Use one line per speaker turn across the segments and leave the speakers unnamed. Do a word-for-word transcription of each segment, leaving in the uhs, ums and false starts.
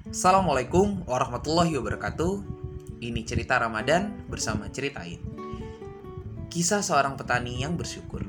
Assalamualaikum warahmatullahi wabarakatuh. Ini cerita Ramadan bersama Ceritain. Kisah seorang petani yang bersyukur.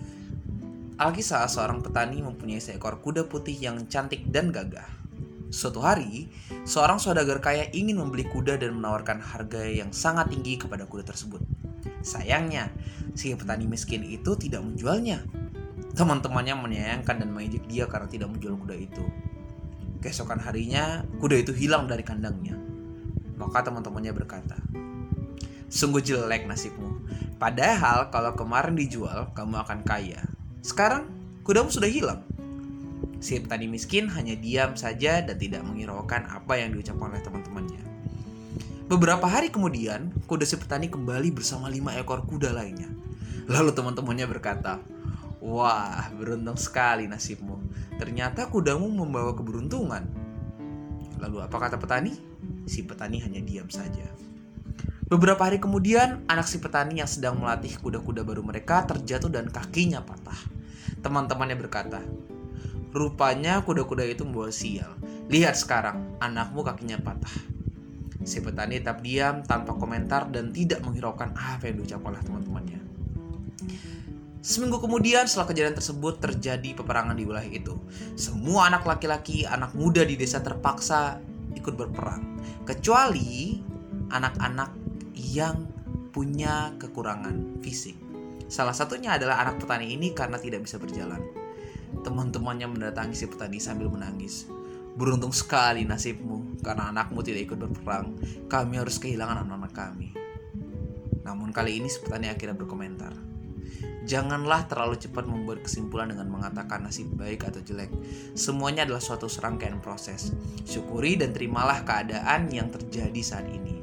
Alkisah seorang petani mempunyai seekor kuda putih yang cantik dan gagah. Suatu hari, seorang saudagar kaya ingin membeli kuda dan menawarkan harga yang sangat tinggi kepada kuda tersebut. Sayangnya, si petani miskin itu tidak menjualnya. Teman-temannya menyayangkan dan mengejek dia karena tidak menjual kuda itu. Keesokan harinya, kuda itu hilang dari kandangnya. Maka teman-temannya berkata, "Sungguh jelek nasibmu. Padahal kalau kemarin dijual, kamu akan kaya. Sekarang, kudamu sudah hilang." Si petani miskin hanya diam saja dan tidak menghiraukan apa yang diucapkan oleh teman-temannya. Beberapa hari kemudian, kuda si petani kembali bersama lima ekor kuda lainnya. Lalu teman-temannya berkata, "Wah, beruntung sekali nasibmu. Ternyata kudamu membawa keberuntungan." Lalu apa kata petani? Si petani hanya diam saja. Beberapa hari kemudian, anak si petani yang sedang melatih kuda-kuda baru mereka terjatuh dan kakinya patah. Teman-temannya berkata, "Rupanya kuda-kuda itu membawa sial. Lihat sekarang, anakmu kakinya patah." Si petani tetap diam tanpa komentar dan tidak menghiraukan apa yang diucapkan oleh teman-temannya. Seminggu kemudian setelah kejadian tersebut terjadi peperangan di wilayah itu. Semua anak laki-laki, anak muda di desa terpaksa ikut berperang. Kecuali anak-anak yang punya kekurangan fisik. Salah satunya adalah anak petani ini karena tidak bisa berjalan. Teman-temannya mendatangi si petani sambil menangis. "Beruntung sekali nasibmu, karena anakmu tidak ikut berperang. Kami harus kehilangan anak-anak kami." Namun kali ini si petani akhirnya berkomentar, "Janganlah terlalu cepat membuat kesimpulan dengan mengatakan nasib baik atau jelek. Semuanya adalah suatu serangkaian proses. Syukuri dan terimalah keadaan yang terjadi saat ini."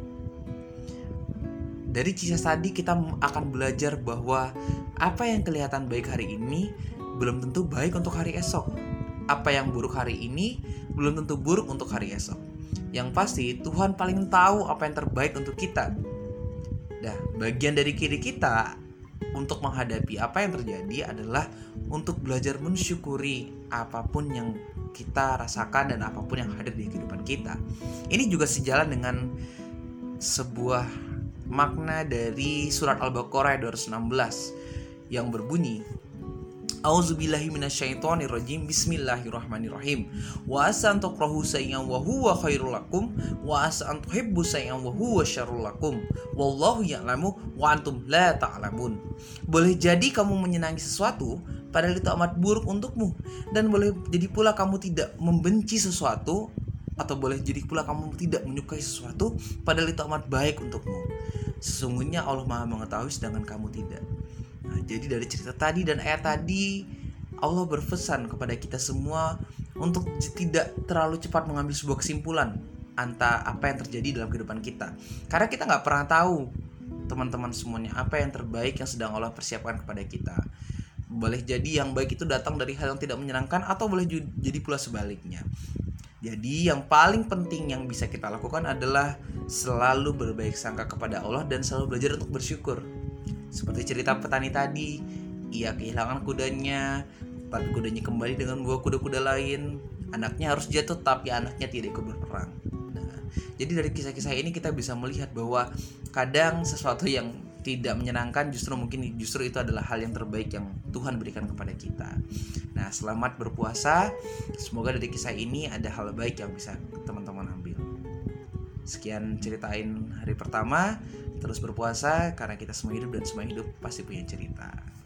Dari kisah tadi kita akan belajar bahwa apa yang kelihatan baik hari ini belum tentu baik untuk hari esok. Apa yang buruk hari ini belum tentu buruk untuk hari esok. Yang pasti Tuhan paling tahu apa yang terbaik untuk kita. Nah, bagian dari kiri kita untuk menghadapi apa yang terjadi adalah untuk belajar mensyukuri apapun yang kita rasakan dan apapun yang hadir di kehidupan kita. Ini juga sejalan dengan sebuah makna dari surat Al-Baqarah dua ratus enam belas yang berbunyi, "A'udzubillahi minasyaitonirrajim. Bismillahirrahmanirrahim. Wa asa an takrahu shay'an wa huwa khairul lakum wa asa an tuhibbu shay'an wa huwa syarrul lakum. Wallahu ya'lamu wa antum la ta'lamun." Boleh jadi kamu menyenangi sesuatu padahal itu amat buruk untukmu, dan boleh jadi pula kamu tidak membenci sesuatu, atau boleh jadi pula kamu tidak menyukai sesuatu padahal itu amat baik untukmu. Sesungguhnya Allah Maha mengetahui sedangkan kamu tidak. Nah, jadi dari cerita tadi dan ayat tadi, Allah berpesan kepada kita semua untuk tidak terlalu cepat mengambil sebuah kesimpulan antara apa yang terjadi dalam kehidupan kita. Karena kita gak pernah tahu, teman-teman semuanya, apa yang terbaik yang sedang Allah persiapkan kepada kita. Boleh jadi yang baik itu datang dari hal yang tidak menyenangkan, atau boleh jadi pula sebaliknya. Jadi yang paling penting yang bisa kita lakukan adalah selalu berbaik sangka kepada Allah dan selalu belajar untuk bersyukur. Seperti cerita petani tadi, ia kehilangan kudanya, tapi kudanya kembali dengan dua kuda-kuda lain. Anaknya harus jatuh, tapi anaknya tidak ikut berperang. Nah, jadi dari kisah-kisah ini kita bisa melihat bahwa kadang sesuatu yang tidak menyenangkan justru mungkin justru itu adalah hal yang terbaik yang Tuhan berikan kepada kita. Nah, selamat berpuasa. Semoga dari kisah ini ada hal baik yang bisa teman-teman ambil. Sekian Ceritain hari pertama. Terus berpuasa karena kita semua hidup dan semua hidup pasti punya cerita.